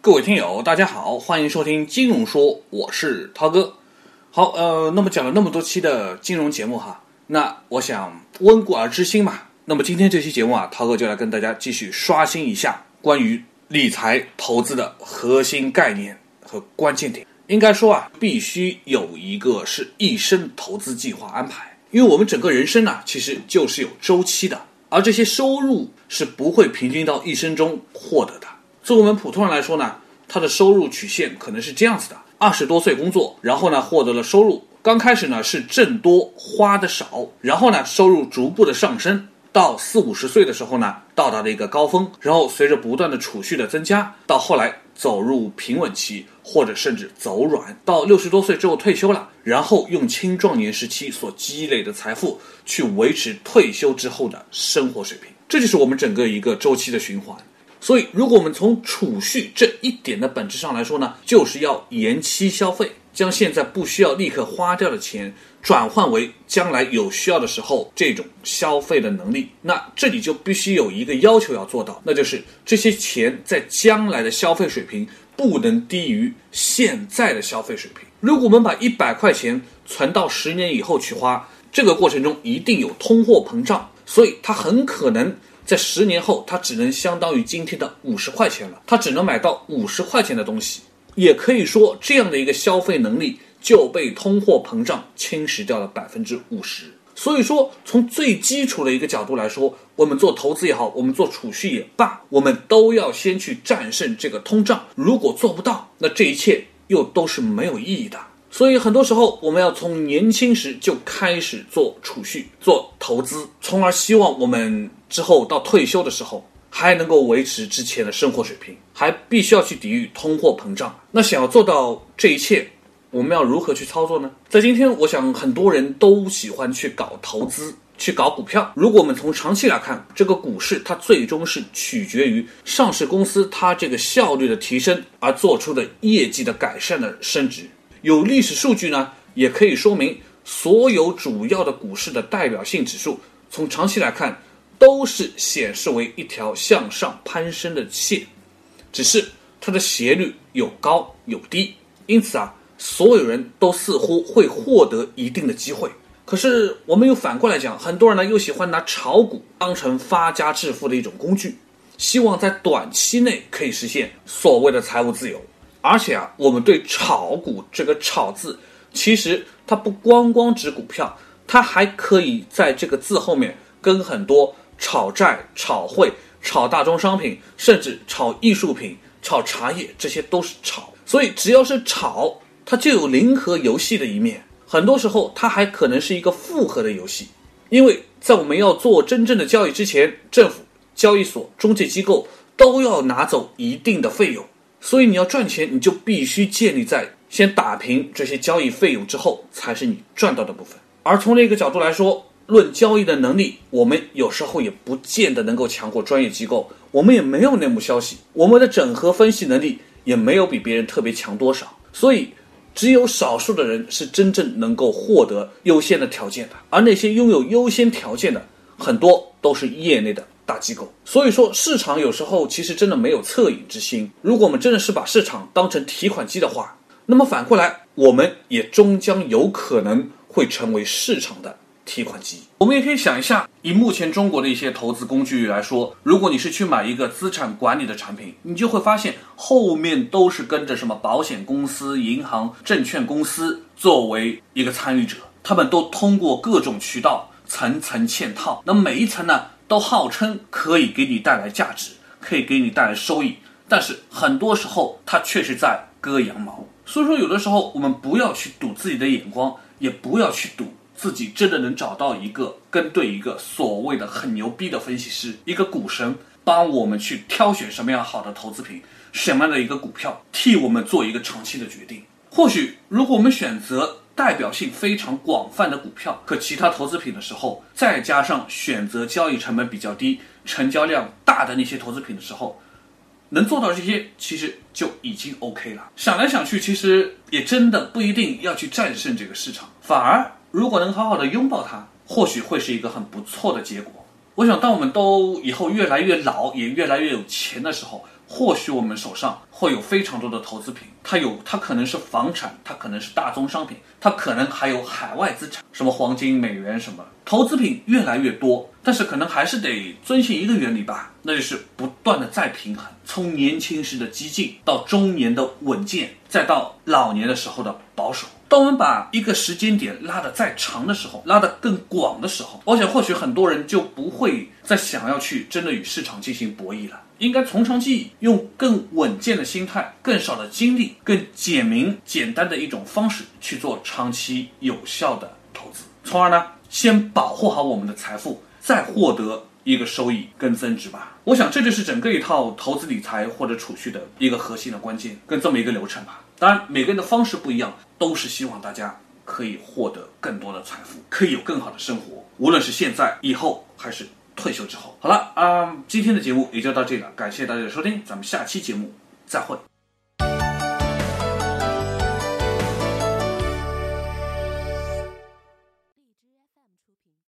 各位听友大家好，欢迎收听金融说，我是涛哥。好，那么讲了那么多期的金融节目哈，那我想温故而知新嘛。那么今天这期节目啊，涛哥就来跟大家继续刷新一下关于理财投资的核心概念和关键点。应该说啊，必须有一个是一生投资计划安排，因为我们整个人生呢，其实就是有周期的，而这些收入是不会平均到一生中获得的。作为我们普通人来说呢，他的收入曲线可能是这样子的：20多岁工作，然后呢获得了收入，刚开始呢是挣多花的少，然后呢收入逐步的上升，到40、50岁的时候呢到达了一个高峰，然后随着不断的储蓄的增加，到后来走入平稳期，或者甚至走软，到60多岁之后退休了，然后用青壮年时期所积累的财富去维持退休之后的生活水平。这就是我们整个一个周期的循环。所以如果我们从储蓄这一点的本质上来说呢，就是要延期消费，将现在不需要立刻花掉的钱转换为将来有需要的时候这种消费的能力。那这里就必须有一个要求要做到，那就是这些钱在将来的消费水平不能低于现在的消费水平。如果我们把100块钱存到10年以后去花，这个过程中一定有通货膨胀，所以它很可能在10年后它只能相当于今天的50块钱了，它只能买到50块钱的东西。也可以说这样的一个消费能力就被通货膨胀侵蚀掉了50%。所以说从最基础的一个角度来说，我们做投资也好，我们做储蓄也罢，我们都要先去战胜这个通胀。如果做不到，那这一切又都是没有意义的。所以很多时候我们要从年轻时就开始做储蓄做投资，从而希望我们之后到退休的时候还能够维持之前的生活水平，还必须要去抵御通货膨胀。那想要做到这一切，我们要如何去操作呢？在今天我想很多人都喜欢去搞投资，去搞股票。如果我们从长期来看，这个股市它最终是取决于上市公司它这个效率的提升而做出的业绩的改善的升值。有历史数据呢，也可以说明所有主要的股市的代表性指数从长期来看都是显示为一条向上攀升的线，只是它的斜率有高有低，因此啊，所有人都似乎会获得一定的机会。可是我们又反过来讲，很多人呢又喜欢拿炒股当成发家致富的一种工具，希望在短期内可以实现所谓的财务自由。而且啊，我们对炒股这个炒字，其实它不光光指股票，它还可以在这个字后面跟很多炒债、炒汇、炒大宗商品，甚至炒艺术品、炒茶叶，这些都是炒。所以只要是炒，它就有零和游戏的一面，很多时候它还可能是一个复合的游戏。因为在我们要做真正的交易之前，政府、交易所、中介机构都要拿走一定的费用，所以你要赚钱，你就必须建立在先打平这些交易费用之后才是你赚到的部分。而从这个角度来说，论交易的能力，我们有时候也不见得能够强过专业机构，我们也没有内幕消息，我们的整合分析能力也没有比别人特别强多少，所以只有少数的人是真正能够获得优先的条件的，而那些拥有优先条件的很多都是业内的大机构。所以说市场有时候其实真的没有恻隐之心，如果我们真的是把市场当成提款机的话，那么反过来我们也终将有可能会成为市场的提款机。我们也可以想一下，以目前中国的一些投资工具来说，如果你是去买一个资产管理的产品，你就会发现后面都是跟着什么保险公司、银行、证券公司作为一个参与者，他们都通过各种渠道层层嵌套，那每一层呢都号称可以给你带来价值，可以给你带来收益，但是很多时候它确实在割羊毛。所以说有的时候我们不要去赌自己的眼光，也不要去赌自己真的能找到一个跟对一个所谓的很牛逼的分析师，一个股神帮我们去挑选什么样好的投资品，什么样的一个股票，替我们做一个长期的决定。或许如果我们选择代表性非常广泛的股票和其他投资品的时候，再加上选择交易成本比较低、成交量大的那些投资品的时候，能做到这些其实就已经 OK 了。想来想去，其实也真的不一定要去战胜这个市场，反而如果能好好的拥抱它，或许会是一个很不错的结果。我想当我们都以后越来越老，也越来越有钱的时候， 或许我们手上会有非常多的投资品，它可能是房产，它可能是大宗商品，它可能还有海外资产，什么黄金、美元什么，投资品越来越多，但是可能还是得遵循一个原理吧，那就是不断的再平衡，从年轻时的激进到中年的稳健，再到老年的时候的保守。当我们把一个时间点拉得再长的时候，拉得更广的时候，我想或许很多人就不会再想要去真的与市场进行博弈了，应该从长计议，用更稳健的心态、更少的精力、更简明简单的一种方式去做长期有效的投资，从而呢先保护好我们的财富，再获得一个收益跟增值吧。我想这就是整个一套投资理财或者储蓄的一个核心的关键，跟这么一个流程吧。当然每个人的方式不一样，都是希望大家可以获得更多的财富，可以有更好的生活，无论是现在、以后还是退休之后。好了，今天的节目也就到这里了，感谢大家的收听，咱们下期节目再会。